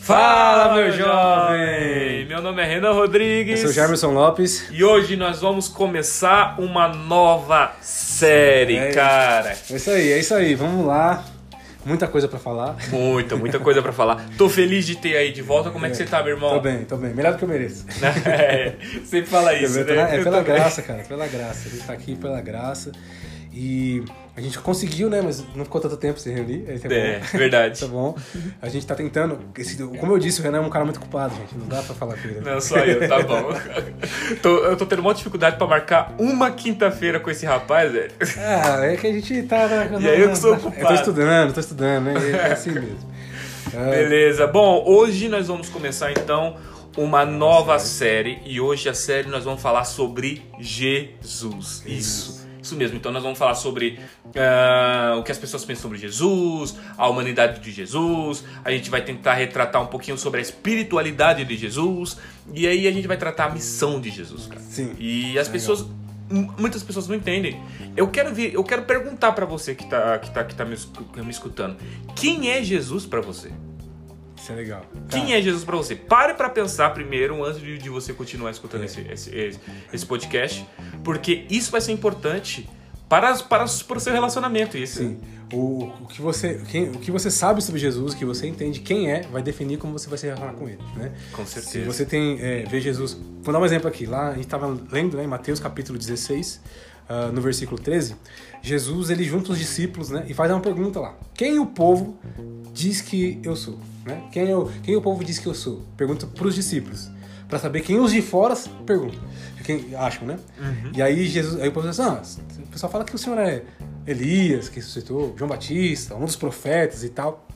Fala, meu jovem! Meu nome é Renan Rodrigues. Eu sou Jamerson Lopes. E hoje nós vamos começar uma nova série, cara. É isso aí. Vamos lá. Muita coisa pra falar. Muita coisa pra falar. Tô feliz de ter aí de volta. Como é que você tá, meu irmão? Tô bem. Melhor do que eu mereço. Sempre fala isso, né? É pela graça, cara. Pela graça. A gente tá aqui pela graça. E a gente conseguiu, né? Mas não ficou tanto tempo se reunir. Verdade. Tá bom. A gente tá tentando. Como eu disse, o Renan é um cara muito ocupado, gente. Não dá pra falar com ele. Não, só eu, tá bom. Eu tô tendo uma dificuldade pra marcar uma quinta-feira com esse rapaz, velho. É que a gente tá... E aí eu que sou ocupado. Eu tô estudando, né? É assim mesmo. Beleza. Bom, hoje nós vamos começar, então, uma nova série. E hoje a série nós vamos falar sobre Jesus. Isso mesmo, então nós vamos falar sobre o que as pessoas pensam sobre Jesus, a humanidade de Jesus. A gente vai tentar retratar um pouquinho sobre a espiritualidade de Jesus. E aí a gente vai tratar a missão de Jesus, cara. Sim. E as pessoas, muitas pessoas não entendem. Eu quero perguntar pra você que tá me escutando. Quem é Jesus pra você? Isso é legal. Quem é Jesus pra você? Pare pra pensar primeiro, antes de você continuar escutando esse podcast, porque isso vai ser importante para o seu relacionamento. Isso. Sim. O que você sabe sobre Jesus, o que você entende quem é, vai definir como você vai se relacionar com ele, né? Com certeza. Se você vê Jesus... Vou dar um exemplo aqui. Lá a gente estava lendo, né, em Mateus capítulo 16, no versículo 13, Jesus, ele junta os discípulos, né, e faz uma pergunta lá. Quem o povo diz que eu sou? Né? Quem o povo diz que eu sou? Pergunta para os discípulos. Para saber quem os de fora perguntam. Quem acham, né? Uhum. E aí o povo diz assim, o pessoal fala que o Senhor é Elias, que ressuscitou, João Batista, um dos profetas e tal.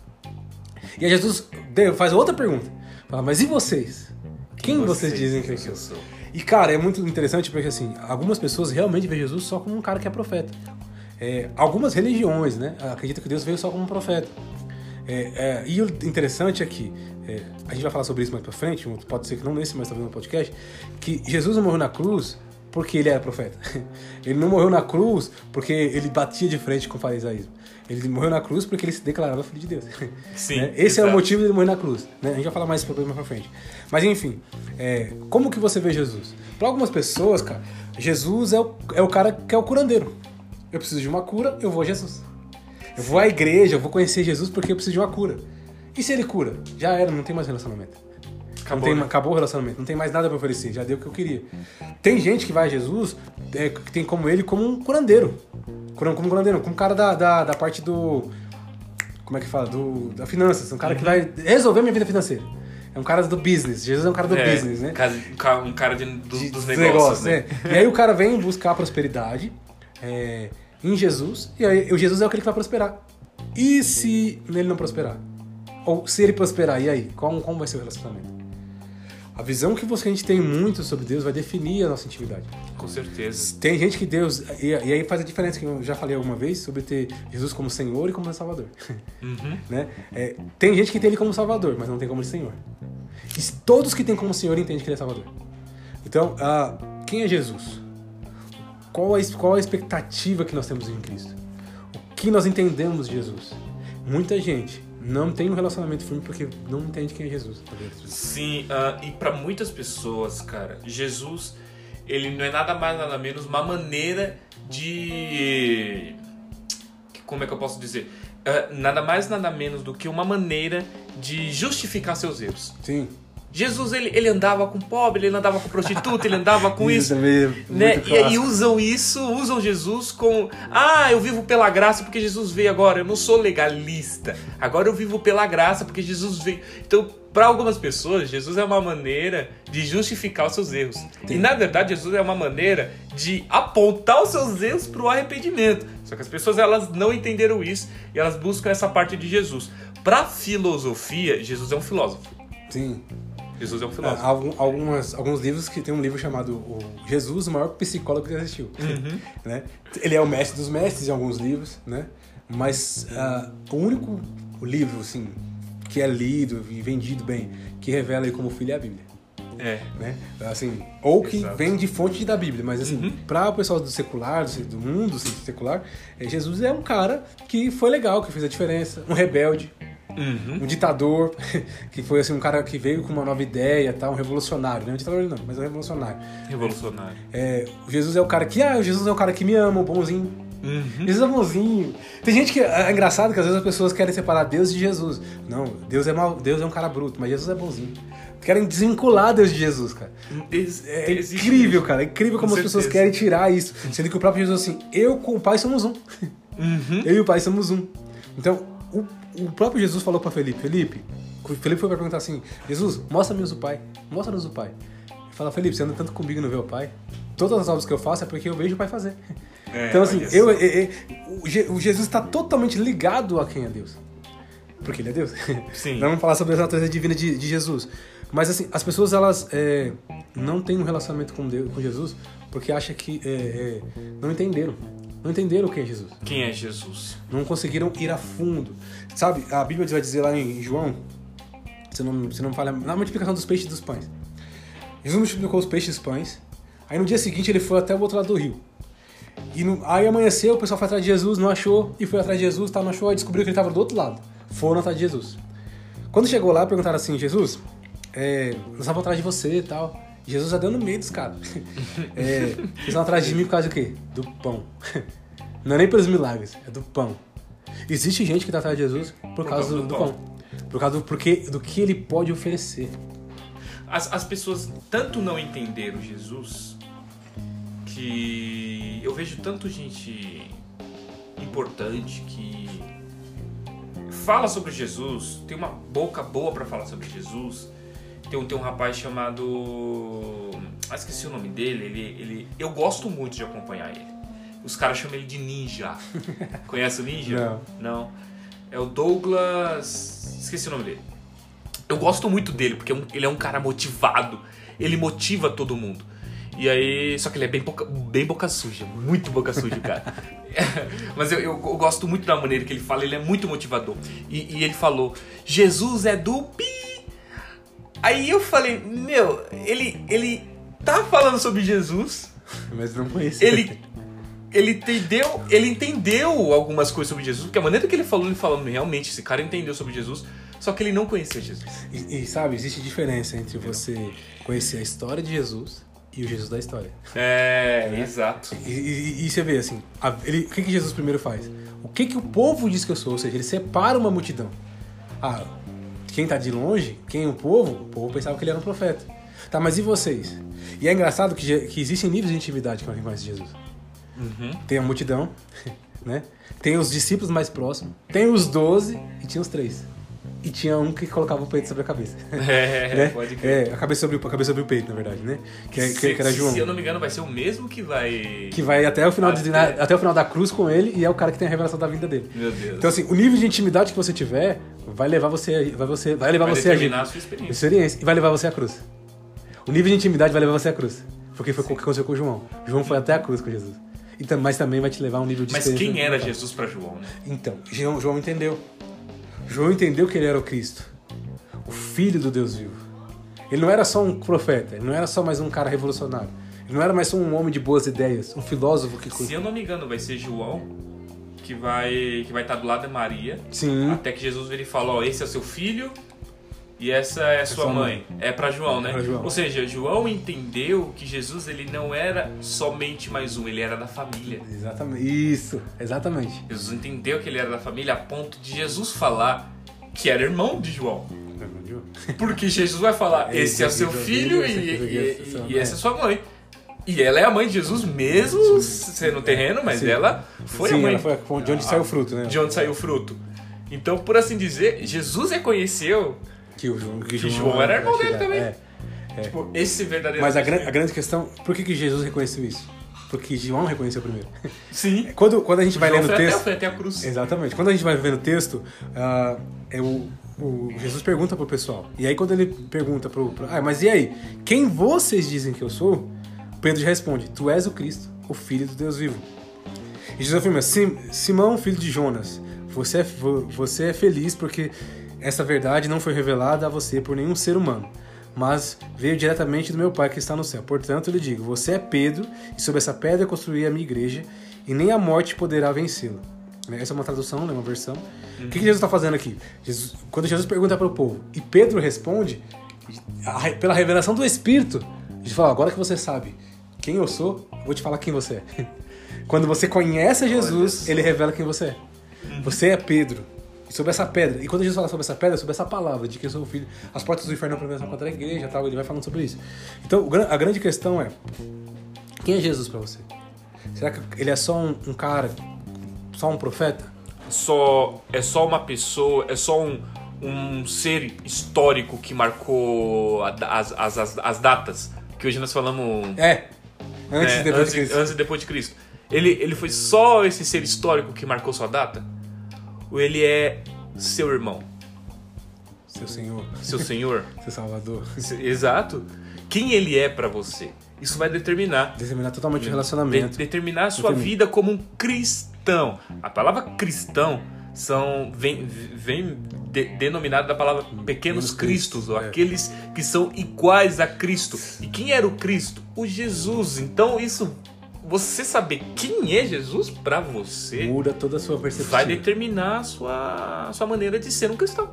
E aí Jesus faz outra pergunta. Fala, mas e vocês? Quem vocês dizem que eu sou? E, cara, é muito interessante porque, assim, algumas pessoas realmente veem Jesus só como um cara que é profeta. Algumas religiões, né, acreditam que Deus veio só como um profeta. E o interessante é que, a gente vai falar sobre isso mais pra frente, pode ser que não nesse, mas talvez no podcast, que Jesus não morreu na cruz porque ele era profeta. Ele não morreu na cruz porque ele batia de frente com o farisaísmo. Ele morreu na cruz porque ele se declarava filho de Deus. Sim, né? Esse é o motivo dele morrer na cruz. Né? A gente vai falar mais sobre isso mais pra frente. Mas enfim, como que você vê Jesus? Para algumas pessoas, cara, Jesus é o cara que é o curandeiro. Eu preciso de uma cura, eu vou a Jesus. Eu vou à igreja, eu vou conhecer Jesus porque eu preciso de uma cura. E se ele cura? Já era, não tem mais relacionamento. Acabou o relacionamento, não tem mais nada pra oferecer, já deu o que eu queria. Tem gente que vai a Jesus, que tem como ele como um curandeiro. Como um cara da parte do... Como é que fala? Da finanças. Um cara que vai resolver minha vida financeira. É um cara do business. Jesus é um cara do business, né? Um cara dos negócios, né? E aí o cara vem buscar prosperidade em Jesus, e aí o Jesus é aquele que vai prosperar. E se ele não prosperar? Ou se ele prosperar, e aí? Como vai ser o relacionamento? A visão que a gente tem muito sobre Deus vai definir a nossa intimidade. Com certeza. Tem gente que Deus... E aí faz a diferença, que eu já falei alguma vez, sobre ter Jesus como Senhor e como Salvador. Uhum. Né? Tem gente que tem ele como Salvador, mas não tem como ele Senhor. E todos que tem como Senhor entendem que ele é Salvador. Então, quem é Jesus? Qual a expectativa que nós temos em Cristo? O que nós entendemos de Jesus? Muita gente não tem um relacionamento firme porque não entende quem é Jesus. Sim, e para muitas pessoas, cara, Jesus, ele não é nada mais, nada menos uma maneira de... Como é que eu posso dizer? Nada mais, nada menos do que uma maneira de justificar seus erros. Sim. Jesus, ele andava com pobre, ele andava com prostituta, ele andava com isso, também, né? E aí usam Jesus como... eu vivo pela graça porque Jesus veio agora, eu não sou legalista. Agora eu vivo pela graça porque Jesus veio. Então, para algumas pessoas, Jesus é uma maneira de justificar os seus erros. Sim. E, na verdade, Jesus é uma maneira de apontar os seus erros para o arrependimento. Só que as pessoas, elas não entenderam isso e elas buscam essa parte de Jesus. Para filosofia, Jesus é um filósofo. Sim. Jesus é um filósofo. Alguns livros que tem um livro chamado Jesus, o maior psicólogo que existiu. Uhum. Né? Ele é o mestre dos mestres em alguns livros, né? Mas o único livro assim, que é lido e vendido bem, que revela ele como filho é a Bíblia. Né? Assim, ou que vem de fonte da Bíblia, mas assim, para o pessoal do secular, do mundo secular, Jesus é um cara que foi legal, que fez a diferença, um rebelde. um ditador, que foi assim, um cara que veio com uma nova ideia, tá? Um revolucionário, não é um ditador não, mas é um revolucionário. Revolucionário. Jesus é o cara que, Jesus é o cara que me ama, o bonzinho. Jesus é bonzinho. Tem gente que, é engraçado que às vezes as pessoas querem separar Deus de Jesus. Não, Deus é mal, Deus é um cara bruto, mas Jesus é bonzinho. Querem desvincular Deus de Jesus, cara. É incrível, cara. É incrível como as pessoas querem tirar isso. Sendo que o próprio Jesus assim, eu com o Pai somos um. Eu e o Pai somos um. Então, o próprio Jesus falou pra Felipe, Felipe foi pra perguntar assim, Jesus, mostra-nos o Pai. Mostra-nos o Pai. Ele fala, Felipe, você anda tanto comigo e não vê o Pai? Todas as obras que eu faço é porque eu vejo o Pai fazer. Então, assim, o Jesus está totalmente ligado a quem é Deus. Porque ele é Deus. Sim. Não vamos falar sobre a natureza divina de Jesus. Mas, assim, as pessoas, elas não têm um relacionamento com Deus, com Jesus, porque acham que não entenderam. Não entenderam o que é Jesus. Quem é Jesus? Não conseguiram ir a fundo. Sabe, a Bíblia vai dizer lá em João, se não me falha, na multiplicação dos peixes e dos pães. Jesus multiplicou os peixes e os pães, aí no dia seguinte ele foi até o outro lado do rio. Aí amanheceu, o pessoal foi atrás de Jesus, não achou, e foi atrás de Jesus, não achou, aí descobriu que ele estava do outro lado. Foram atrás de Jesus. Quando chegou lá, perguntaram assim, Jesus, nós estávamos atrás de você e tal. Jesus já deu no meio dos caras. Eles estão atrás de mim por causa do quê? Do pão. Não é nem pelos milagres, é do pão. Existe gente que está atrás de Jesus por causa do pão. Por causa do que ele pode oferecer. As pessoas tanto não entenderam Jesus que eu vejo tanto gente importante que fala sobre Jesus, tem uma boca boa para falar sobre Jesus. Tem um rapaz chamado... esqueci o nome dele. Eu gosto muito de acompanhar ele. Os caras chamam ele de Ninja. Conhece o Ninja? Não. É o Douglas... Esqueci o nome dele. Eu gosto muito dele, porque ele é um cara motivado. Ele motiva todo mundo. E aí... Só que ele é bem boca suja. Muito boca suja, cara. Mas eu gosto muito da maneira que ele fala. Ele é muito motivador. E ele falou... Jesus é do pi... Aí eu falei, ele tá falando sobre Jesus, mas não conhecia. Ele entendeu algumas coisas sobre Jesus, porque a maneira que ele falou realmente, esse cara entendeu sobre Jesus, só que ele não conhecia Jesus. E sabe, existe diferença entre você conhecer a história de Jesus e o Jesus da história. Exato. E você vê assim, o que Jesus primeiro faz? O que o povo diz que eu sou? Ou seja, ele separa uma multidão. Quem tá de longe, o povo pensava que ele era um profeta. Tá, mas e vocês? E é engraçado que existem níveis de intimidade com quem conhece Jesus. Tem a multidão, né? Tem os discípulos mais próximos, tem os 12 e tinha os 3. E tinha um que colocava o peito sobre a cabeça. Né? Pode crer. A cabeça sobre o peito, na verdade, né? Que era João. Se eu não me engano, vai ser o mesmo que vai... Que vai até o final, até o final da cruz com ele, e é o cara que tem a revelação da vida dele. Meu Deus. Então, assim, o nível de intimidade que você tiver vai levar você a determinar a sua experiência. E vai levar você à cruz. O nível de intimidade vai levar você à cruz. Porque foi o que aconteceu com o João. João foi até a cruz com Jesus. Mas também vai te levar a um nível de experiência. Mas quem era Jesus para João, né? Então, João entendeu. João entendeu que ele era o Cristo, o Filho do Deus vivo. Ele não era só um profeta, ele não era só mais um cara revolucionário. Ele não era mais só um homem de boas ideias, um filósofo que... Se eu não me engano, vai ser João que vai estar do lado de Maria. Sim. Até que Jesus ele fala, esse é o seu filho e essa é a sua mãe. É para João, né? João. Ou seja, João entendeu que Jesus ele não era somente mais um, ele era da família. Exatamente. Isso, exatamente. Jesus entendeu que ele era da família a ponto de Jesus falar que era irmão de João. Porque Jesus vai falar, esse é o seu filho e essa é a sua mãe. E ela é a mãe de Jesus mesmo sendo terreno, mas ela foi a mãe. Ela foi de onde saiu o fruto, né? De onde saiu o fruto. Então, por assim dizer, Jesus reconheceu que João era irmão dele também. Tipo, esse verdadeiro... Mas a grande questão, por que Jesus reconheceu isso? Porque João reconheceu primeiro. Sim. Quando a gente vai lendo o texto... Foi até a cruz. Exatamente. Quando a gente vai vendo o texto, o Jesus pergunta pro pessoal. E aí quando ele pergunta mas e aí? Quem vocês dizem que eu sou? Pedro responde, tu és o Cristo, o Filho do Deus vivo. E Jesus afirma, Simão, filho de Jonas, você é feliz porque essa verdade não foi revelada a você por nenhum ser humano, mas veio diretamente do meu Pai que está no céu. Portanto, eu lhe digo, você é Pedro, e sobre essa pedra construirei a minha igreja, e nem a morte poderá vencê-la. Isso, né? Essa é uma tradução, né? Uma versão. O que Jesus está fazendo aqui? Quando Jesus pergunta para o povo e Pedro responde, pela revelação do Espírito, Jesus fala, agora que você sabe quem eu sou, vou te falar quem você é. Quando você conhece Jesus, ele revela quem você é. Você é Pedro. E sobre essa pedra, e quando Jesus fala sobre essa pedra, sobre essa palavra de que eu sou o filho, as portas do inferno prevaleçam contra a igreja, tal, ele vai falando sobre isso. Então, a grande questão é, quem é Jesus para você? Será que ele é só um cara, só um profeta? É só uma pessoa, é só um ser histórico que marcou as datas, que hoje nós falamos... Antes e depois de Cristo. Antes e depois de Cristo. Ele foi só esse ser histórico que marcou sua data? Ou ele é seu irmão? Seu Senhor. Seu Senhor? Seu Salvador. Exato. Quem ele é pra você? Isso vai determinar totalmente o relacionamento. Determinar a sua vida como um cristão. A palavra cristão vem denominada da palavra pequenos cristos, ou aqueles que são iguais a Cristo. E quem era o Cristo? O Jesus. Então isso, você saber quem é Jesus pra você, muda toda a sua percepção. Vai determinar a sua maneira de ser um cristão.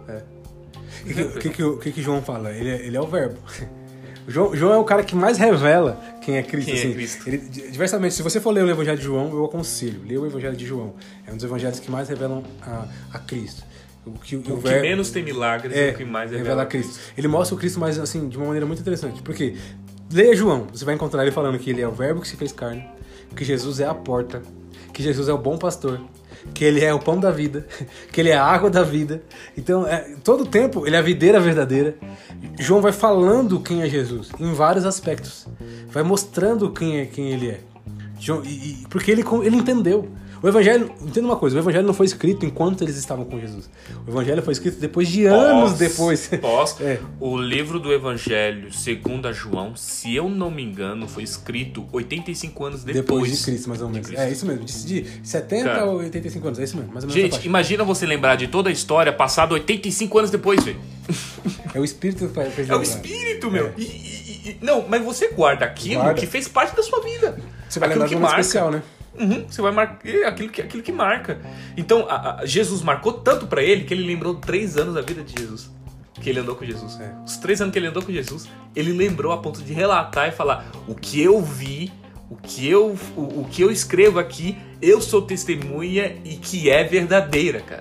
O que João fala? Ele é o verbo. João é o cara que mais revela quem é Cristo. Quem é Cristo. Ele, diversamente, se você for ler o Evangelho de João, eu aconselho. Ler o Evangelho de João. É um dos evangelhos que mais revelam a Cristo. O que menos tem milagres é o que mais revela a Cristo. Ele mostra o Cristo mais assim, de uma maneira muito interessante. Porque, leia João, você vai encontrar ele falando que ele é o verbo que se fez carne, que Jesus é a porta, que Jesus é o bom pastor, que ele é o pão da vida, que ele é a água da vida. Então, todo tempo, ele é a videira verdadeira. João vai falando quem é Jesus, em vários aspectos. Vai mostrando quem ele é. Porque ele entendeu. O Evangelho, entenda uma coisa, o Evangelho não foi escrito enquanto eles estavam com Jesus. O Evangelho foi escrito depois de anos depois. O livro do Evangelho, segundo a João, se eu não me engano, foi escrito 85 anos depois de Cristo, mais ou menos. É isso mesmo, de 70 a 85 anos, é isso mesmo. Mais ou menos. Gente, imagina você lembrar de toda a história passada 85 anos depois, velho. É o Espírito que faz lembrar. É o Espírito, meu. Não, mas você guarda aquilo que fez parte da sua vida. Você vai lembrar de um momento especial, né? Você vai marcar aquilo que marca. Então, Jesus marcou tanto pra ele que ele lembrou 3 anos da vida de Jesus. Que ele andou com Jesus. Os 3 anos que ele andou com Jesus, ele lembrou a ponto de relatar e falar: o que eu vi, o que eu escrevo aqui, eu sou testemunha e que é verdadeira, cara.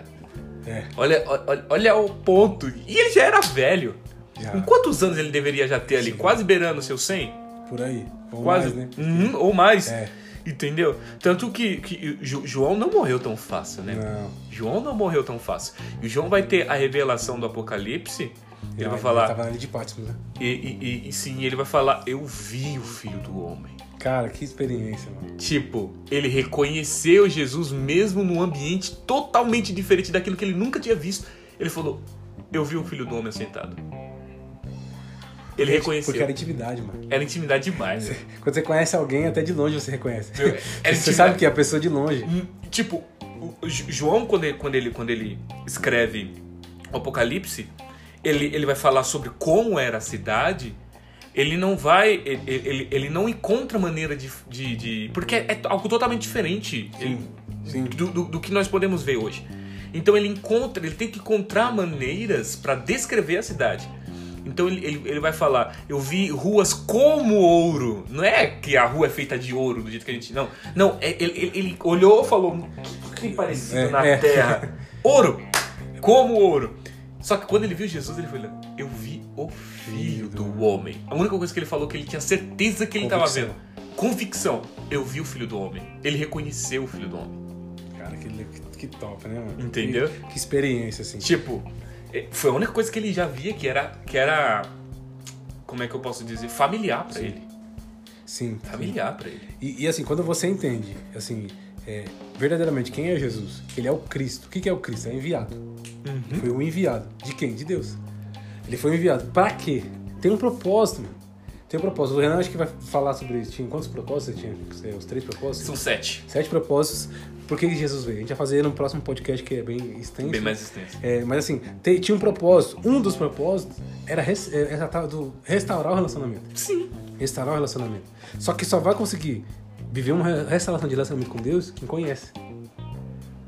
Olha o ponto. E ele já era velho. Com quantos anos ele deveria já ter ali? Quase beirando seus 100? Por aí. Ou quase, mais, né? Ou mais. Entendeu? Tanto que João não morreu tão fácil, né? Não. João não morreu tão fácil. E João vai ter a revelação do Apocalipse. Ele vai falar... Ele tava ali de Patmos, né? E sim, ele vai falar: eu vi o Filho do Homem. Cara, que experiência, mano. Tipo, ele reconheceu Jesus mesmo num ambiente totalmente diferente daquilo que ele nunca tinha visto. Ele falou: eu vi o Filho do Homem sentado. Ele reconheceu. Porque era intimidade, mano. Era intimidade demais. Quando você conhece alguém, até de longe você reconhece. Você sabe que é a pessoa de longe. Tipo, o João, quando ele escreve o Apocalipse, ele vai falar sobre como era a cidade. Ele não vai... Ele não encontra maneira de porque é algo totalmente diferente do que nós podemos ver hoje. Então ele tem que encontrar maneiras para descrever a cidade. Então ele vai falar: eu vi ruas como ouro. Não é que a rua é feita de ouro do jeito que a gente... Não, ele olhou e falou: o que parecido na terra? Ouro! Como ouro. Só que quando ele viu Jesus, ele falou: eu vi o Filho do Homem. A única coisa que ele falou que ele tinha certeza que ele estava vendo. Convicção. Eu vi o Filho do Homem. Ele reconheceu o Filho do Homem. Cara, que top, né, mano? Entendeu? Que experiência, assim. Tipo... Foi a única coisa que ele já via que era como é que eu posso dizer? Familiar pra ele. Sim. Familiar pra ele. E assim, quando você entende, assim, verdadeiramente quem é Jesus, que ele é o Cristo. O que é o Cristo? É enviado. Foi um enviado. De quem? De Deus. Ele foi enviado. Pra quê? Tem um propósito, mano. Tem um propósito. O Renan acho que vai falar sobre isso. Tinha quantos propósitos? Tinha os 3 propósitos? São 7. 7 propósitos. Por que Jesus veio? A gente vai fazer no próximo podcast, que é bem extenso. Bem mais extenso. Mas assim, tinha um propósito. Um dos propósitos era restaurar o relacionamento. Sim. Restaurar o relacionamento. Só que só vai conseguir viver uma restauração de relacionamento com Deus quem conhece.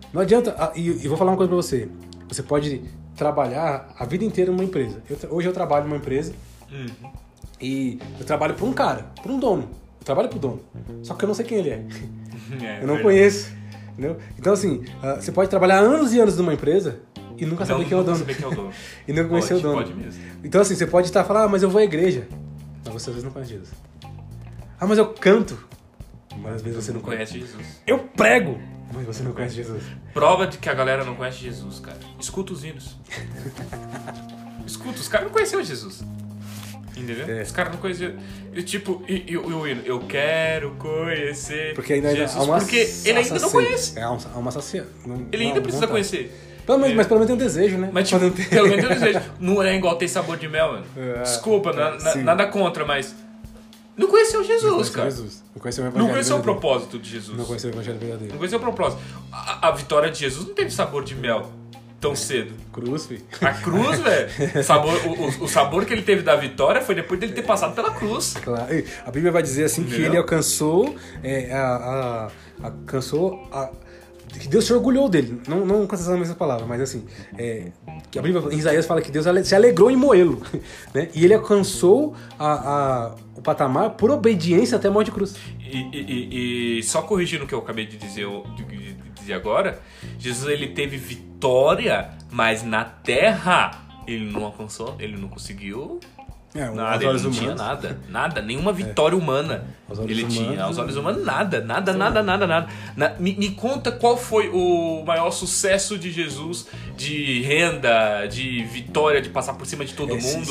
Não adianta... E vou falar uma coisa pra você. Você pode trabalhar a vida inteira numa empresa. Hoje eu trabalho numa empresa e eu trabalho por um cara, por um dono. Eu trabalho pro dono. Só que eu não sei quem ele é. Eu não conheço. Entendeu? Então, assim, você pode trabalhar anos e anos numa empresa e nunca saber quem é o dono. E nunca conhecer o dono. Pode mesmo. Então, assim, você pode estar falando, mas eu vou à igreja. Mas você às vezes não conhece Jesus. Mas eu canto. Mas às vezes você não conhece Jesus. Eu prego. Mas você não conhece Jesus. Prova de que a galera não conhece Jesus, cara. Escuta os hinos. Escuta, os caras não conheceram Jesus. Entendeu? Os caras não conheciam. E tipo, e o hino, eu quero conhecer porque ainda Jesus. Há uma porque ele ainda não conhece. Há uma sacia. Ele ainda precisa conhecer. Mas pelo menos tem um desejo, né? Mas tipo, pelo menos tem um desejo. Não é igual ter sabor de mel, mano. Desculpa, nada contra, mas... Não conheceu Jesus, cara. Não conheceu o propósito de Jesus. Não conheceu o evangelho verdadeiro. Não conheceu o propósito. A vitória de Jesus não teve sabor de mel tão cedo. Cruz, filho. A cruz, velho. O sabor que ele teve da vitória foi depois dele ter passado pela cruz. Claro. A Bíblia vai dizer assim que ele alcançou que Deus se orgulhou dele. Não com essa mesma palavra, mas assim, que a Bíblia em Isaías fala que Deus se alegrou em moê-lo, né? E ele alcançou o patamar por obediência até a morte de cruz. E só corrigindo o que eu acabei de dizer agora, Jesus ele teve vitória, mas na terra ele não alcançou, ele não conseguiu nada, ele não tinha nada, nenhuma vitória humana ele tinha, aos olhos humanos nada. Me conta qual foi o maior sucesso de Jesus, de renda, de vitória, de passar por cima de todo mundo.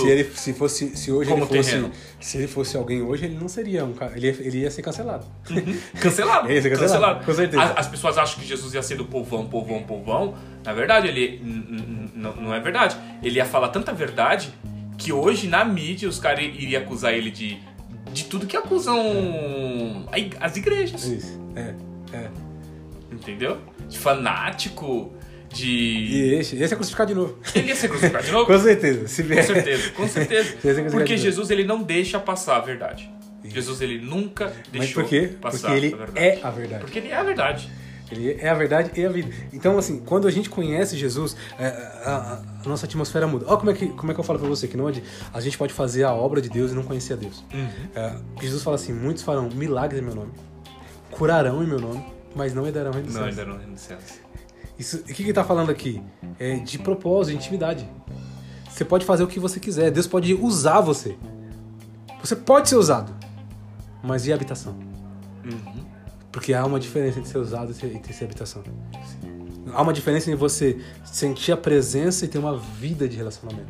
Se ele fosse alguém hoje, ele não seria um cara, ele ia ser cancelado. Cancelado. Ele ia ser cancelado, com certeza. As pessoas acham que Jesus ia ser do povão. Na verdade, ele não é verdade. Ele ia falar tanta verdade que hoje na mídia os caras iriam acusar ele de tudo que acusam as igrejas. Isso, Entendeu? De fanático, de... E esse é crucificado de novo. Ele ia ser crucificado de novo? Com certeza. Se vier. Com certeza. Porque Jesus ele não deixa passar a verdade. Isso. Jesus ele nunca deixou passar a verdade. Porque ele é a verdade. Porque ele é a verdade. Ele é a verdade e a vida. Então, assim, quando a gente conhece Jesus, a nossa atmosfera muda. Olha como é que eu falo pra você, que não a gente pode fazer a obra de Deus e não conhecer a Deus. Jesus fala assim, muitos farão milagres em meu nome, curarão em meu nome, mas não herdarão o reino dos céus. Não herdarão o reino dos céus. O que ele tá falando aqui? É de propósito, de intimidade. Você pode fazer o que você quiser, Deus pode usar você. Você pode ser usado, mas e a habitação? Porque há uma diferença entre ser usado e ter ser habitação. Há uma diferença em você sentir a presença e ter uma vida de relacionamento.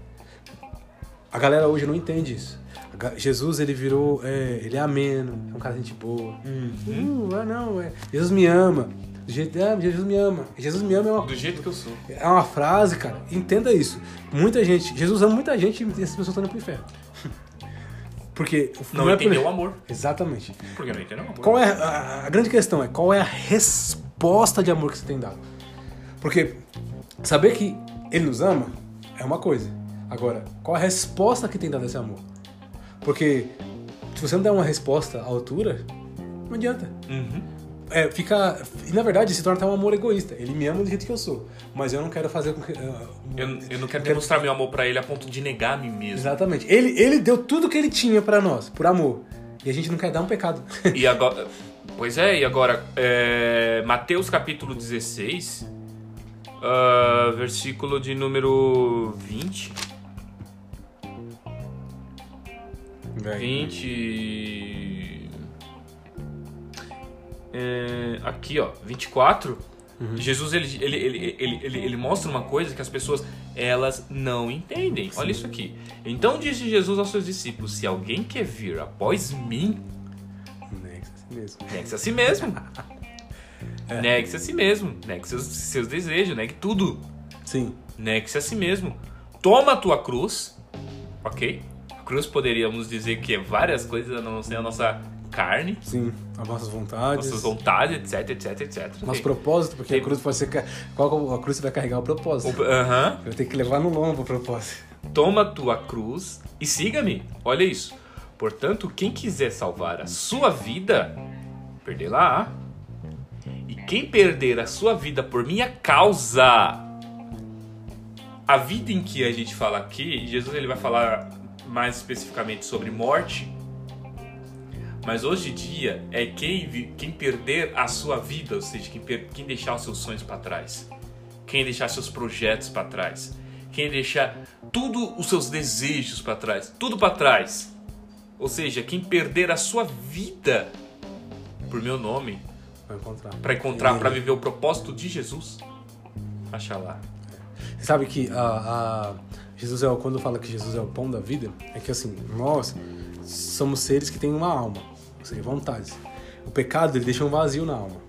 A galera hoje não entende isso. Jesus, ele virou... ele é ameno, é um cara de gente boa. Jesus me ama. Jesus me ama. Jesus me ama é uma... Do jeito que eu sou. É uma frase, cara. Entenda isso. Muita gente... Jesus ama muita gente e essas pessoas estão indo pro inferno. Porque não entendeu o amor. Exatamente. Porque não entendeu o amor. Qual é a grande questão? Qual é a resposta de amor que você tem dado? Porque saber que ele nos ama é uma coisa. Agora, qual a resposta que tem dado a esse amor? Porque se você não der uma resposta à altura, não adianta. Na verdade, se torna até um amor egoísta. Ele me ama do jeito que eu sou, mas eu não quero fazer com que... Eu não quero demonstrar meu amor pra ele a ponto de negar a mim mesmo. Exatamente. Ele deu tudo que ele tinha pra nós, por amor. E a gente não quer dar um pecado. E agora... Pois é, e agora... Mateus capítulo 16, versículo de número 20. 20... aqui, ó, 24. Jesus, ele mostra uma coisa que as pessoas, elas não entendem. Olha isso aqui. Então disse Jesus aos seus discípulos: se alguém quer vir após mim, negue-se a si mesmo. Negue-se a si mesmo. Negue seus desejos, negue tudo. Sim. Negue-se a si mesmo. Toma a tua cruz, ok? A cruz poderíamos dizer que é várias coisas, a não ser a nossa carne. Sim, as nossas vontades. Nossas vontades, etc. Nosso propósito, porque a cruz pode ser... Qual a cruz você vai carregar? O propósito. Vai ter que levar no lombo o propósito. Toma tua cruz e siga-me. Olha isso. Portanto, quem quiser salvar a sua vida, perdê-la. E Quem perder a sua vida por minha causa... A vida em que a gente fala aqui, Jesus ele vai falar mais especificamente sobre morte, mas hoje em dia é quem perder a sua vida, ou seja, quem deixar os seus sonhos para trás, quem deixar seus projetos para trás, quem deixar tudo os seus desejos para trás, tudo para trás, ou seja, quem perder a sua vida por meu nome, para viver o propósito de Jesus, acha lá. Você sabe que Jesus quando fala que Jesus é o pão da vida, é que assim, nós somos seres que têm uma alma, ou seja, vontades. O pecado, ele deixa um vazio na alma.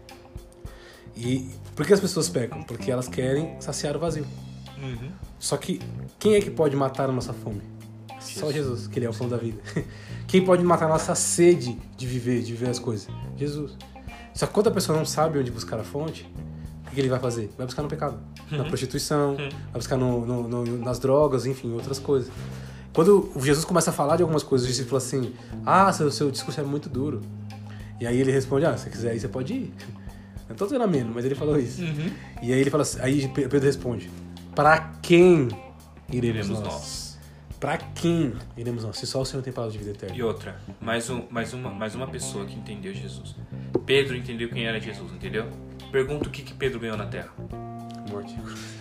E por que as pessoas pecam? Porque elas querem saciar o vazio. Uhum. Só que quem é que pode matar a nossa fome? Só Jesus, que ele é o pão da vida. Quem pode matar a nossa sede de viver as coisas? Jesus. Só que quando a pessoa não sabe onde buscar a fonte, o que ele vai fazer? Vai buscar no pecado, na prostituição, vai buscar nas drogas, enfim, outras coisas. Quando Jesus começa a falar de algumas coisas, o discípulo assim, seu discurso é muito duro. E aí ele responde, se você quiser ir, você pode ir. Não tô dizendo ameno, mas ele falou isso. Uhum. E aí ele fala assim, aí Pedro responde, para quem iremos nós? Para quem iremos nós? Se só o Senhor tem palavra de vida eterna. E outra, mais uma pessoa que entendeu Jesus. Pedro entendeu quem era Jesus, entendeu? Pergunta o que Pedro ganhou na terra. Morte.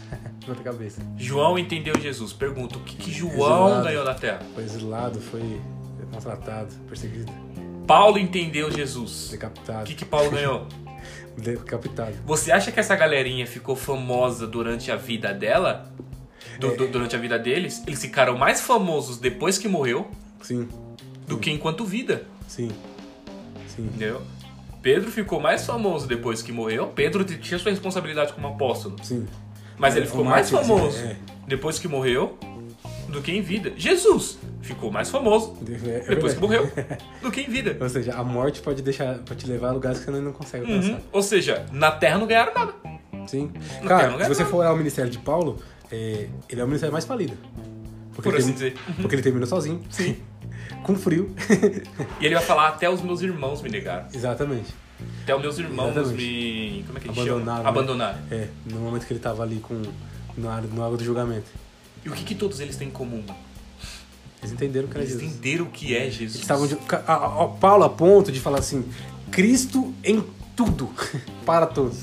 Na cabeça. João entendeu Jesus. Pergunta o que João ganhou na terra. Foi exilado, foi maltratado, perseguido. Paulo entendeu Jesus. Decapitado. O que Paulo ganhou? Decapitado. Você acha que essa galerinha ficou famosa durante a vida dela? Durante a vida deles? Eles ficaram mais famosos depois que morreu? Sim. Do que enquanto vida. Sim. Entendeu? Pedro ficou mais famoso depois que morreu. Pedro tinha sua responsabilidade como apóstolo. Sim. Mas ele ficou mais famoso depois que morreu do que em vida. Jesus ficou mais famoso depois que morreu do que em vida. Ou seja, a morte pode te levar a lugares que você não consegue alcançar. Ou seja, na terra não ganharam nada. Sim. Cara, se você for olhar o ministério de Paulo, ele é o ministério mais falido. Por assim dizer. Porque ele terminou sozinho. Sim. Com frio. E ele vai falar, até os meus irmãos me negaram. Exatamente. Até os meus irmãos me... Como é que abandonaram, chama? Abandonaram. No momento que ele estava ali no água do julgamento. E o que todos eles têm em comum? Eles entenderam o que era Jesus. Eles entenderam o que é Jesus. Eles estavam Paulo a ponto de falar assim, Cristo em tudo, para todos.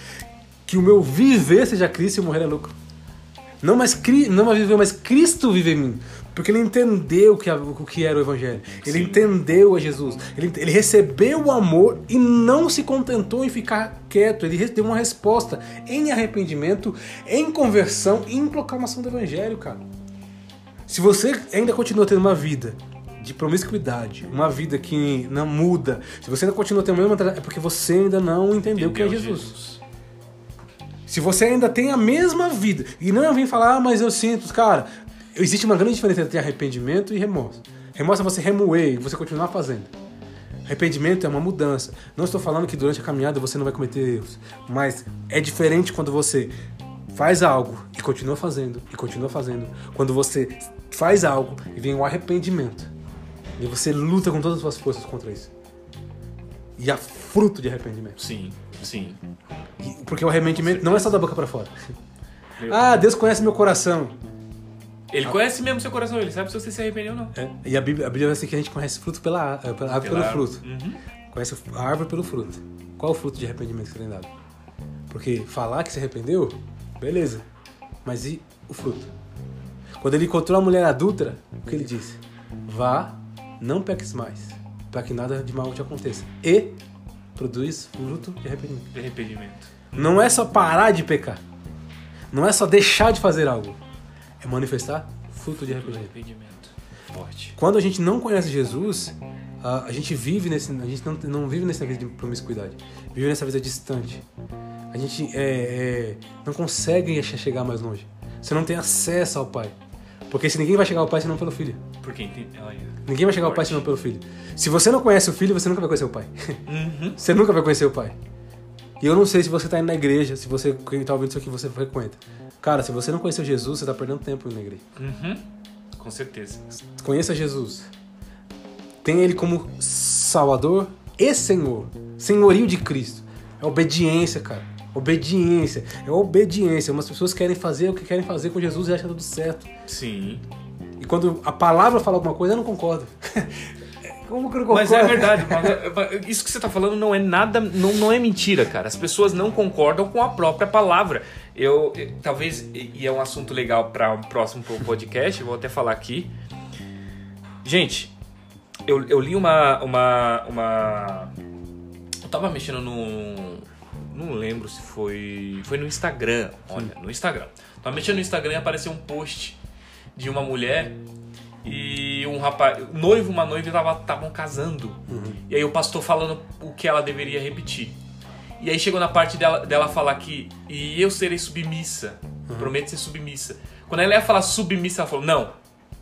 Que o meu viver seja Cristo e o morrer é lucro. Não mais viver, mas Cristo vive em mim. Porque ele entendeu o que era o Evangelho. Ele entendeu a Jesus. Ele recebeu o amor e não se contentou em ficar quieto. Ele deu uma resposta em arrependimento, em conversão e em proclamação do Evangelho, cara. Se você ainda continua tendo uma vida de promiscuidade, uma vida que não muda, se você ainda continua tendo a mesma... é porque você ainda não entendeu o que é Jesus. Se você ainda tem a mesma vida e não vem falar, mas eu sinto... Cara, existe uma grande diferença entre arrependimento e remorso. Remorso é você remoer e você continuar fazendo. Arrependimento é uma mudança. Não estou falando que durante a caminhada você não vai cometer erros, mas é diferente quando você faz algo e continua fazendo, e continua fazendo. Quando você faz algo e vem o arrependimento. E você luta com todas as suas forças contra isso. E há fruto de arrependimento. Sim. Porque o arrependimento não é só da boca pra fora. Deus conhece meu coração. Ele conhece mesmo seu coração, ele sabe se você se arrependeu ou não. E a Bíblia vai dizer que a gente conhece fruto pela árvore pelo fruto. Uhum. Conhece a árvore pelo fruto. Qual é o fruto de arrependimento que você tem dado? Porque falar que se arrependeu, beleza. Mas e o fruto? Quando ele encontrou a mulher adúltera, o que ele disse? Vá, não peques mais, para que nada de mal te aconteça. E produz fruto de arrependimento. Não é só parar de pecar. Não é só deixar de fazer algo. É manifestar fruto de arrependimento. Forte. Quando a gente não conhece Jesus, a gente não vive nessa vida de promiscuidade. Vive nessa vida distante. A gente não consegue chegar mais longe. Você não tem acesso ao Pai. Porque se ninguém vai chegar ao Pai senão pelo Filho. Ninguém vai chegar ao Pai senão pelo Filho. Se você não conhece o Filho, você nunca vai conhecer o Pai. Uhum. Você nunca vai conhecer o Pai. E eu não sei se você está indo na igreja, se você está ouvindo isso aqui, você frequenta. Cara, se você não conheceu Jesus, você está perdendo tempo indo na igreja. Uhum. Com certeza. Conheça Jesus. Tenha Ele como Salvador e Senhor. Senhorio de Cristo. É obediência, cara. Obediência. É obediência. Umas pessoas querem fazer o que querem fazer com Jesus e acham tudo certo. Sim. E quando a palavra fala alguma coisa, eu não concordo. Como que eu não concordo? Mas é verdade. Isso que você tá falando não é nada, não é mentira, cara. As pessoas não concordam com a própria palavra. Talvez, e é um assunto legal para um próximo podcast, eu vou até falar aqui. Gente, eu li uma... Eu tava mexendo não lembro se foi no Instagram. Olha, no Instagram. Tava mexendo no Instagram e apareceu um post de uma mulher e um rapaz, noivo, uma noiva, estavam casando. E aí o pastor falando o que ela deveria repetir. E aí chegou na parte dela falar que e eu serei submissa. Prometo ser submissa. Quando ela ia falar submissa, ela falou, não.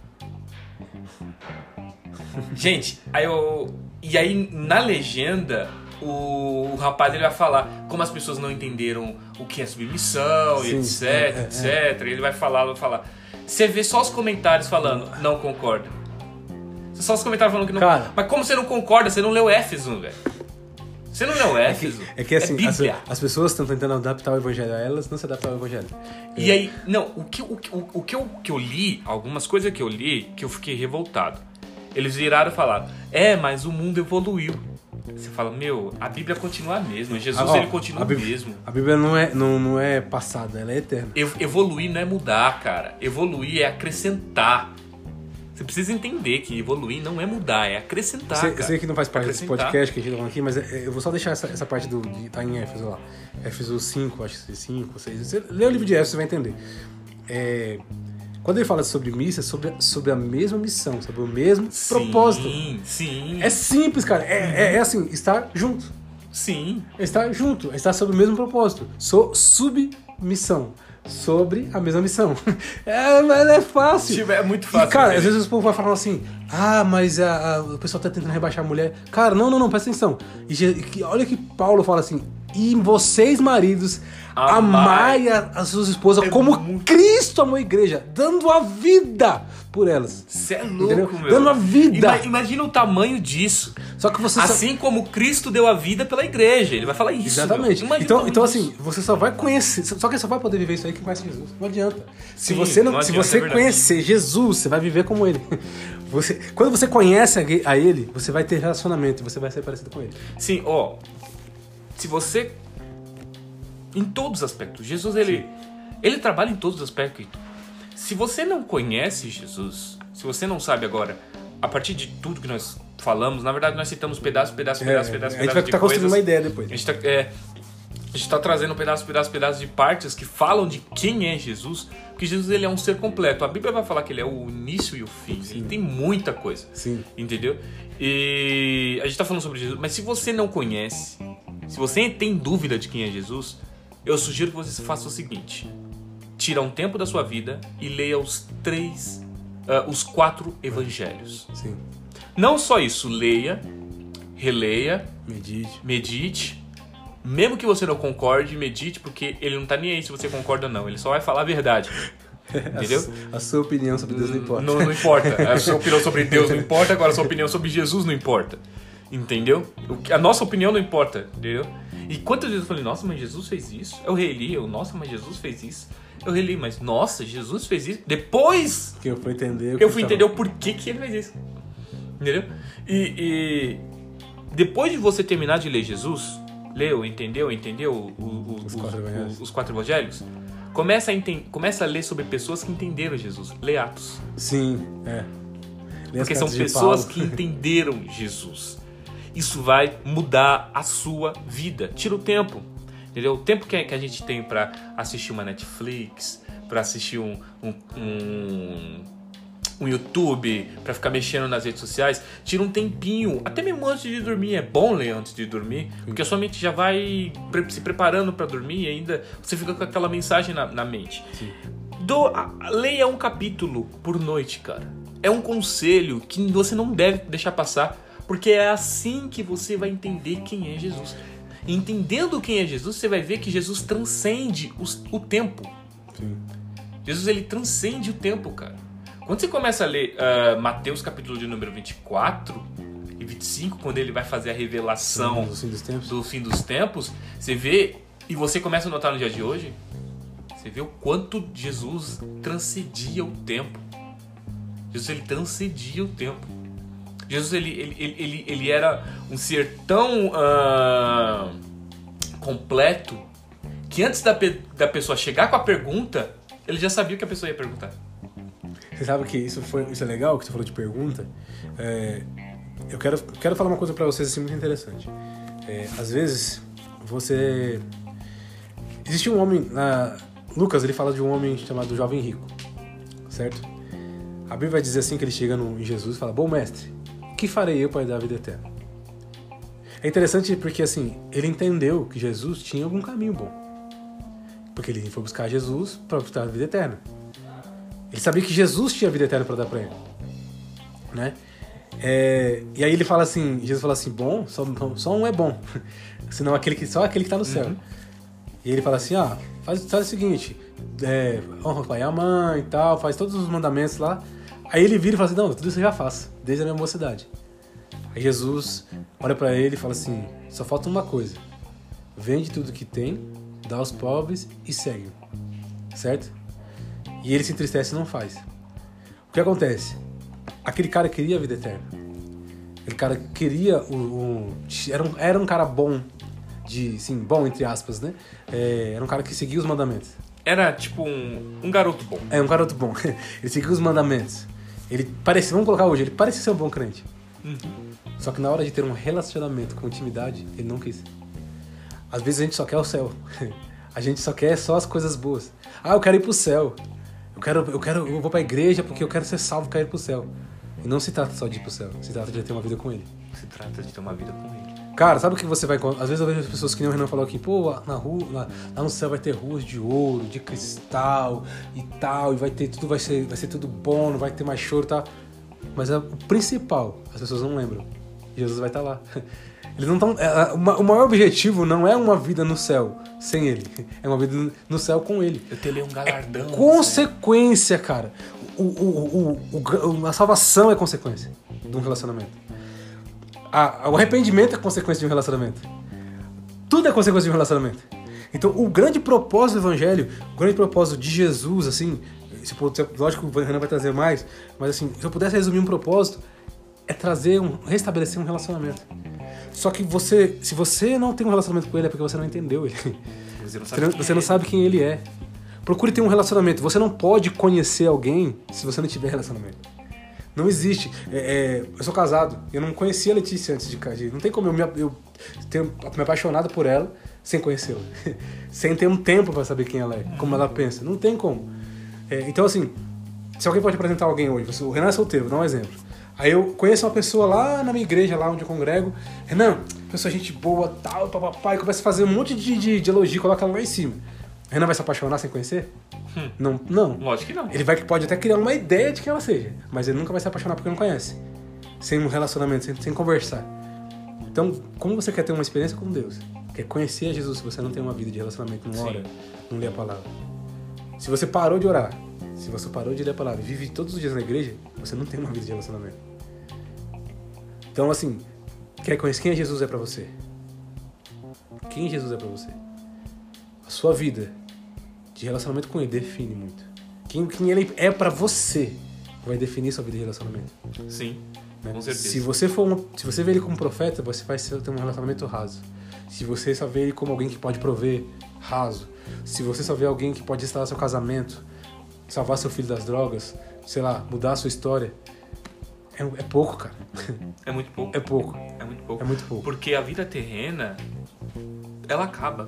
Gente, e aí na legenda o rapaz ele vai falar como as pessoas não entenderam o que é submissão, e etc. E ele vai falar. Você vê só os comentários falando, não concorda. Só os comentários falando que não. Cara, mas como você não concorda? Você não leu Éfeso, velho. Você não leu Éfeso? É que assim, as pessoas estão tentando adaptar o evangelho a elas, não se adaptar ao evangelho. E aí, não, o que eu li, algumas coisas que eu li, que eu fiquei revoltado. Eles viraram e falaram, mas o mundo evoluiu. Você fala, a Bíblia continua a mesma, Jesus ele continua o mesmo. A Bíblia não é passada, ela é eterna. Evoluir não é mudar, cara. Evoluir é acrescentar. Você precisa entender que evoluir não é mudar, é acrescentar, cara. Sei que não faz parte desse podcast que a gente tá falando aqui, mas eu vou só deixar essa parte de tá em Éfeso lá. Éfeso 5, acho que 5, 6. Você lê o livro de Éfeso, você vai entender. Quando ele fala sobre missa, é sobre a mesma missão, sobre o mesmo propósito. Sim. É simples, cara. É assim, estar junto. Sim. Estar junto, estar sobre o mesmo propósito. Submissão. Sobre a mesma missão. Mas é fácil. É muito fácil. E, cara, às vezes o povo vai falar assim, mas o pessoal tá tentando rebaixar a mulher. Cara, não, presta atenção. Olha que Paulo fala assim, e vocês, maridos, amai as suas esposas como Cristo amou a igreja, dando a vida por elas. Você é louco, entendeu? meu. Dando a vida. Imagina o tamanho disso. Só que você assim como Cristo deu a vida pela igreja. Ele vai falar isso. Exatamente. Então assim, você só vai conhecer. Só que você só vai poder viver isso aí quem conhece Jesus. Não adianta. Se você conhecer Jesus, você vai viver como ele. Quando você conhece a ele, você vai ter relacionamento, você vai ser parecido com ele. Sim, se você... Em todos os aspectos. Jesus, ele trabalha em todos os aspectos. Se você não conhece Jesus, se você não sabe agora, a partir de tudo que nós falamos, na verdade nós citamos pedaços de coisas. A gente vai estar construindo uma ideia depois. A gente está trazendo pedaços de partes que falam de quem é Jesus, porque Jesus ele é um ser completo. A Bíblia vai falar que ele é o início e o fim. Sim. Ele tem muita coisa. Sim. Entendeu? E a gente está falando sobre Jesus, mas se você não conhece, se você tem dúvida de quem é Jesus, eu sugiro que você faça o seguinte: tira um tempo da sua vida e leia os 4 evangelhos. Sim. Não só isso, leia, releia, medite. Mesmo que você não concorde, medite, porque ele não tá nem aí se você concorda ou não. Ele só vai falar a verdade. Entendeu? A sua opinião sobre Deus não importa. Não importa. A sua opinião sobre Deus não importa, agora a sua opinião sobre Jesus não importa. Entendeu? A nossa opinião não importa, entendeu? E quantas vezes eu falei, nossa, mas Jesus fez isso? Eu reli, nossa, mas Jesus fez isso. Eu reli, mas nossa, Jesus fez isso. Depois que eu fui entender o porquê que ele fez isso. Entendeu? E depois de você terminar de ler Jesus, leu, entendeu os 4 evangelhos, começa a ler sobre pessoas que entenderam Jesus. Lê Atos. Sim, Porque são pessoas que entenderam Jesus. Isso vai mudar a sua vida. Tira o tempo. Entendeu? O tempo que a gente tem pra assistir uma Netflix, pra assistir um YouTube, pra ficar mexendo nas redes sociais, tira um tempinho, até mesmo antes de dormir. É bom ler antes de dormir, porque a sua mente já vai se preparando pra dormir e ainda você fica com aquela mensagem na mente. Leia um capítulo por noite, cara. É um conselho que você não deve deixar passar, porque é assim que você vai entender quem é Jesus. E entendendo quem é Jesus, você vai ver que Jesus transcende o tempo. Sim. Jesus, ele transcende o tempo, cara. Quando você começa a ler Mateus capítulo de número 24 e 25, quando ele vai fazer a revelação do fim dos tempos, você vê, e você começa a notar no dia de hoje, você vê o quanto Jesus transcendia o tempo. Jesus, ele transcendia o tempo. Jesus, ele era um ser tão completo que antes da pessoa chegar com a pergunta, ele já sabia o que a pessoa ia perguntar. Você sabe que isso é legal, que você falou de pergunta. Eu quero falar uma coisa pra vocês assim, muito interessante. Às vezes, existe um homem... Lucas, ele fala de um homem chamado Jovem Rico, certo? A Bíblia vai dizer assim que ele chega em Jesus e fala: bom mestre, o que farei eu para dar a vida eterna? É interessante porque assim, ele entendeu que Jesus tinha algum caminho bom. Porque ele foi buscar Jesus para dar a vida eterna. Ele sabia que Jesus tinha a vida eterna para dar para ele, né? E aí ele fala assim, Jesus fala assim: bom, só um é bom, senão só aquele que está no céu. Uhum. E ele fala assim: faz o seguinte, honra o pai e a mãe e tal, faz todos os mandamentos lá. Aí ele vira e fala assim: não, tudo isso eu já faço, desde a minha mocidade. Aí Jesus olha para ele e fala assim: só falta uma coisa, vende tudo que tem, dá aos pobres e segue, certo? E ele se entristece e não faz. O que acontece? Aquele cara queria a vida eterna. Aquele cara queria era um cara bom, sim, bom entre aspas, né? Era um cara que seguia os mandamentos. Era tipo um garoto bom. Um garoto bom. Ele seguia os mandamentos. Vamos colocar hoje, ele parecia ser um bom crente. Uhum. Só que na hora de ter um relacionamento com intimidade, ele não quis. Às vezes a gente só quer o céu. A gente só quer só as coisas boas. Eu quero ir pro céu. Eu vou pra igreja porque eu quero ser salvo, quero ir pro céu. E não se trata só de ir pro céu, se trata de ter uma vida com ele. Se trata de ter uma vida com ele. Cara, sabe o que você vai encontrar? Às vezes eu vejo as pessoas que nem o Renan falou aqui: pô, lá no céu vai ter ruas de ouro, de cristal e tal, e vai ser tudo bom, não vai ter mais choro e tal. Mas o principal, as pessoas não lembram. Jesus vai estar lá. Eles não estão. O maior objetivo não é uma vida no céu sem ele. É uma vida no céu com ele. Eu ter um galardão. Consequência, cara. A salvação é consequência de um relacionamento. O arrependimento é consequência de um relacionamento. Tudo é consequência de um relacionamento. Então, o grande propósito do Evangelho, o grande propósito de Jesus, assim, lógico que o Renan vai trazer mais, mas assim, se eu pudesse resumir um propósito, é restabelecer um relacionamento. Só que se você não tem um relacionamento com ele, é porque você não entendeu ele. Você não sabe quem ele é. Procure ter um relacionamento. Você não pode conhecer alguém se você não tiver relacionamento. Não existe. Eu sou casado. Eu não conhecia a Letícia antes de casar. Não tem como eu ter me apaixonado por ela sem conhecê-la. Sem ter um tempo pra saber quem ela é, como ela pensa. Não tem como. Então, assim, se alguém pode apresentar alguém hoje, o Renan é solteiro, vou dar um exemplo. Aí eu conheço uma pessoa lá na minha igreja, lá onde eu congrego. Renan, pessoa gente boa, tal, papapá, e começa a fazer um monte de elogio, coloca ela lá em cima. Renan vai se apaixonar sem conhecer? Não. Lógico que não. Ele pode até criar uma ideia de quem ela seja, mas ele nunca vai se apaixonar porque não conhece. Sem um relacionamento, sem conversar. Então, como você quer ter uma experiência com Deus? Quer conhecer a Jesus se você não tem uma vida de relacionamento, não ora, não lê a palavra. Se você parou de orar, se você parou de ler a palavra e vive todos os dias na igreja, você não tem uma vida de relacionamento. Então, assim, quer conhecer quem Jesus é pra você? Quem Jesus é pra você? A sua vida de relacionamento com ele define muito. Quem ele é pra você vai definir sua vida de relacionamento. Sim, né? Com certeza. Se você vê ele como profeta, você vai ter um relacionamento raso. Se você só vê ele como alguém que pode prover, raso. Se você só vê alguém que pode instalar seu casamento, salvar seu filho das drogas, sei lá, mudar a sua história, é pouco, cara. É muito pouco. É pouco. É muito pouco. É muito pouco. Porque a vida terrena, ela acaba.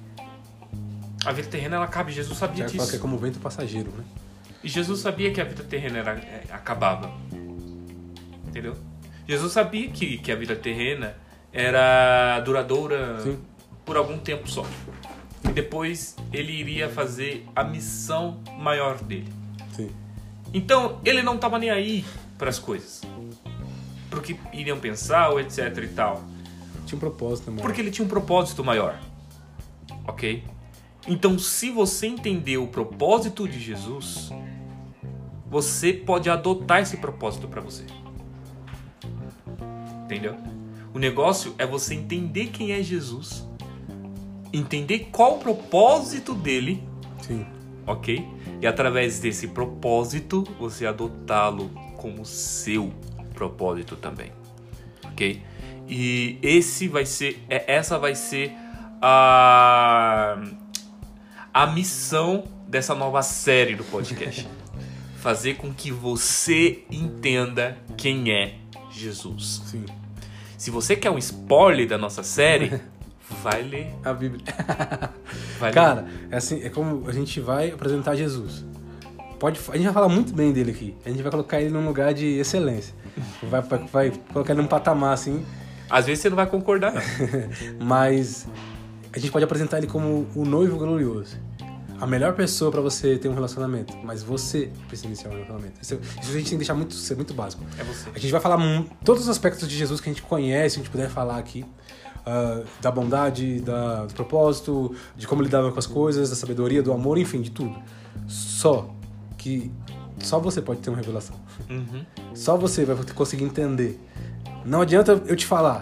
A vida terrena, ela acaba. Jesus sabia disso. Fala que é como vento passageiro, né? E Jesus sabia que a vida terrena acabava. Entendeu? Jesus sabia que a vida terrena era duradoura Sim. por algum tempo só. E depois ele iria fazer a missão maior dele. Sim. Então, ele não estava nem aí para as coisas. Pro que iriam pensar, ou etc e tal. Tinha um propósito maior. Porque ele tinha um propósito maior. Ok? Então, se você entender o propósito de Jesus, você pode adotar esse propósito para você. entendeu? O negócio é você entender quem é Jesus, entender qual o propósito dele, Sim. ok? E através desse propósito, você adotá-lo como seu propósito também, ok? E essa vai ser a missão dessa nova série do podcast. Fazer com que você entenda quem é Jesus. Sim. Se você quer um spoiler da nossa série, vai ler. A Bíblia. Vai Cara, ler. é assim, é como a gente vai apresentar Jesus. A gente vai falar muito bem dele aqui. A gente vai colocar ele num lugar de excelência. Vai colocar ele num patamar, assim. Às vezes você não vai concordar, não. Mas a gente pode apresentar ele como o noivo glorioso. A melhor pessoa pra você ter um relacionamento. Mas você precisa iniciar um relacionamento. Isso a gente tem que deixar ser muito básico. É você. A gente vai falar todos os aspectos de Jesus que a gente conhece, a gente puder falar aqui. Da bondade, do propósito, de como lidar com as coisas, da sabedoria, do amor, enfim, de tudo. Só você pode ter uma revelação. Uhum. Só você vai conseguir entender. Não adianta eu te falar.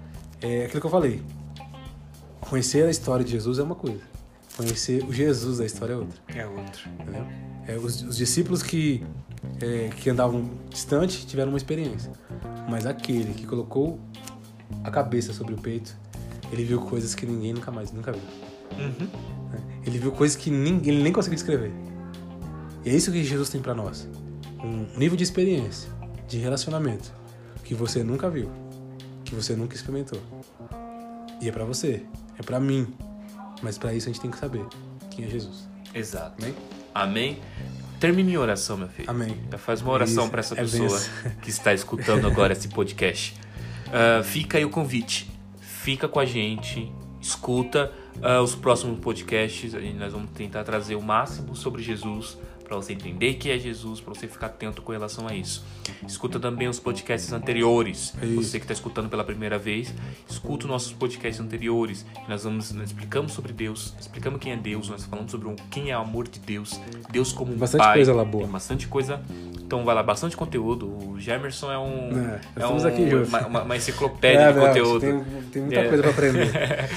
É aquilo que eu falei. Conhecer a história de Jesus é uma coisa. Conhecer o Jesus da história é outra. É outro. Entendeu? Os discípulos que andavam distante tiveram uma experiência. Mas aquele que colocou a cabeça sobre o peito, ele viu coisas que ninguém nunca viu. Uhum. Ele viu coisas que ele nem conseguiu descrever. E é isso que Jesus tem pra nós. Um nível de experiência, de relacionamento, que você nunca viu, que você nunca experimentou. E é pra você, é pra mim. Mas pra isso a gente tem que saber quem é Jesus. Exato. Amém? Amém? Termine em oração, meu filho. Amém. Faz uma oração Isso, para essa é pessoa benção. que está escutando agora esse podcast. Fica aí o convite. Fica com a gente. Escuta os próximos podcasts. Nós vamos tentar trazer o máximo sobre Jesus, para você entender que é Jesus, para você ficar atento com relação a isso. Escuta também os podcasts anteriores. Você que está escutando pela primeira vez, escuta os nossos podcasts anteriores. Nós explicamos sobre Deus, explicamos quem é Deus, nós falamos sobre quem é o amor de Deus, Deus como um Bastante pai. coisa lá boa. Tem bastante coisa. Então vai lá, bastante conteúdo. O Gemerson estamos aqui juntos. uma enciclopédia de conteúdo. Tem muita coisa para aprender.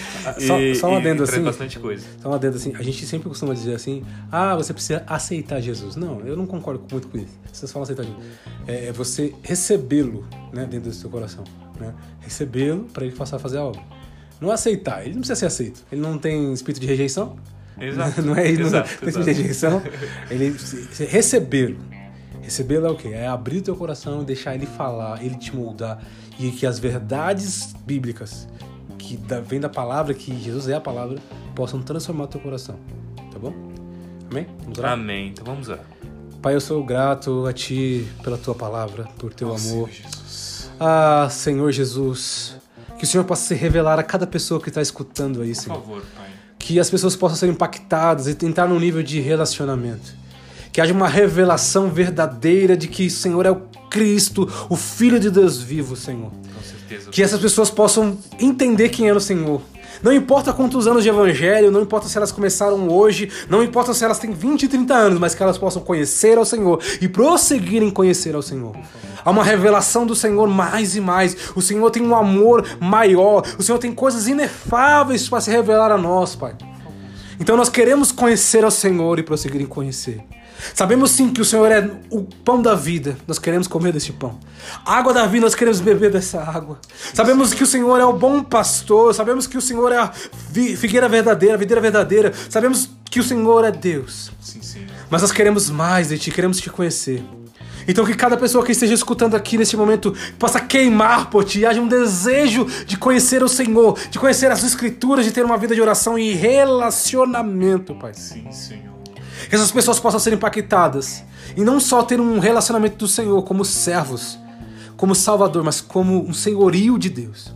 Só um adendo assim. Bastante coisa. Só um adendo assim. A gente sempre costuma dizer assim: você precisa aceitar Jesus. Não, eu não concordo muito com isso. Vocês falam aceitar Jesus. É você recebê-lo, né, dentro do seu coração. Né? Recebê-lo para ele passar a fazer a obra. Não aceitar. Ele não precisa ser aceito. Ele não tem espírito de rejeição. Exato. Não é isso. Exato, não tem espírito de rejeição. Ele recebê-lo. Recebê-lo é o quê? É abrir o teu coração e deixar ele falar, ele te moldar. E que as verdades bíblicas que vem da palavra, que Jesus é a palavra, possam transformar o teu coração. Tá bom? Amém? Vamos orar? Amém. Então vamos orar. Pai, eu sou grato a Ti pela Tua palavra, por Teu amor. Senhor Jesus. Senhor Jesus, que o Senhor possa se revelar a cada pessoa que está escutando aí, Senhor. Por favor, Pai. Que as pessoas possam ser impactadas e entrar num nível de relacionamento. Que haja uma revelação verdadeira de que o Senhor é o Cristo, o Filho de Deus vivo, Senhor. Com certeza. Que essas pessoas possam entender quem é o Senhor. Não importa quantos anos de evangelho, não importa se elas começaram hoje, não importa se elas têm 20, 30 anos, mas que elas possam conhecer ao Senhor e prosseguir em conhecer ao Senhor. Há uma revelação do Senhor mais e mais. O Senhor tem um amor maior. O Senhor tem coisas inefáveis para se revelar a nós, Pai. Então nós queremos conhecer ao Senhor e prosseguir em conhecer. Sabemos sim que o Senhor é o pão da vida. Nós queremos comer desse pão. Água da vida, nós queremos beber dessa água. Sabemos que o Senhor é o bom pastor. Sabemos que o Senhor é a figueira verdadeira, a videira verdadeira. Sabemos que o Senhor é Deus. Sim, Senhor. Mas nós queremos mais de Ti, queremos Te conhecer. Então que cada pessoa que esteja escutando aqui neste momento possa queimar por Ti, haja um desejo de conhecer o Senhor, de conhecer as Escrituras, de ter uma vida de oração e relacionamento, Pai. Sim, Senhor. Que essas pessoas possam ser impactadas e não só ter um relacionamento do Senhor como servos, como Salvador, mas como um senhorio de Deus.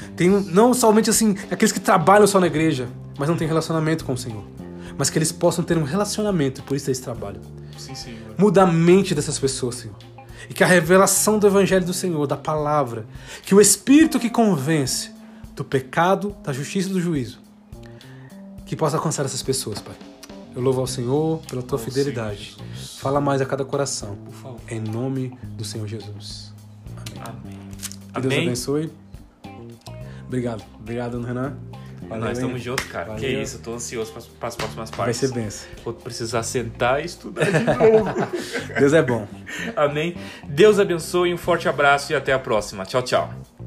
Não somente assim aqueles que trabalham só na igreja, mas não têm relacionamento com o Senhor, mas que eles possam ter um relacionamento, por isso eles trabalham. Sim, Senhor. Muda a mente dessas pessoas, Senhor. E que a revelação do Evangelho do Senhor, da palavra, que o Espírito que convence do pecado, da justiça e do juízo, que possa alcançar essas pessoas, Pai. Eu louvo ao Senhor pela Tua fidelidade. Fala mais a cada coração. Por favor. Em nome do Senhor Jesus. Amém. Que Deus Amém. abençoe. Obrigado, Renan. Valeu, Nós hein? estamos juntos, cara. Valeu. Que isso, eu tô ansioso para as próximas Vai partes. ser benção. Vou precisar sentar e estudar de novo. Deus é bom. Amém. Deus abençoe, um forte abraço e até a próxima. Tchau, tchau.